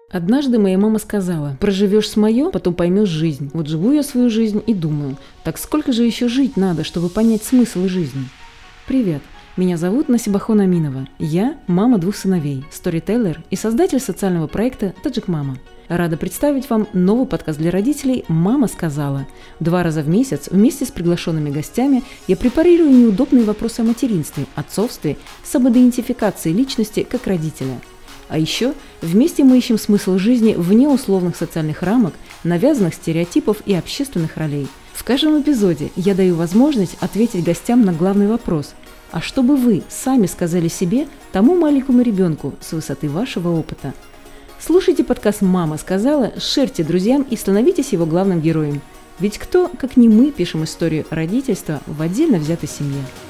Однажды моя мама сказала: проживешь с мое, потом поймешь жизнь. Вот живу я свою жизнь и думаю, так сколько же еще жить надо, чтобы понять смысл жизни? Привет, меня зовут Насибахон Аминова. Я мама 2 сыновей, сторителлер и создатель социального проекта Таджик Мама. Рада представить вам новый подкаст для родителей «Мама сказала». 2 раза в месяц вместе с приглашенными гостями я препарирую неудобные вопросы о материнстве, отцовстве, самоидентификации личности как родителя. А еще вместе мы ищем смысл жизни вне условных социальных рамок, навязанных стереотипов и общественных ролей. В каждом эпизоде я даю возможность ответить гостям на главный вопрос: а что бы вы сами сказали себе, тому маленькому ребенку, с высоты вашего опыта? Слушайте подкаст «Мама сказала», шерьте друзьям и становитесь его главным героем. Ведь кто, как не мы, пишем историю родительства в отдельно взятой семье.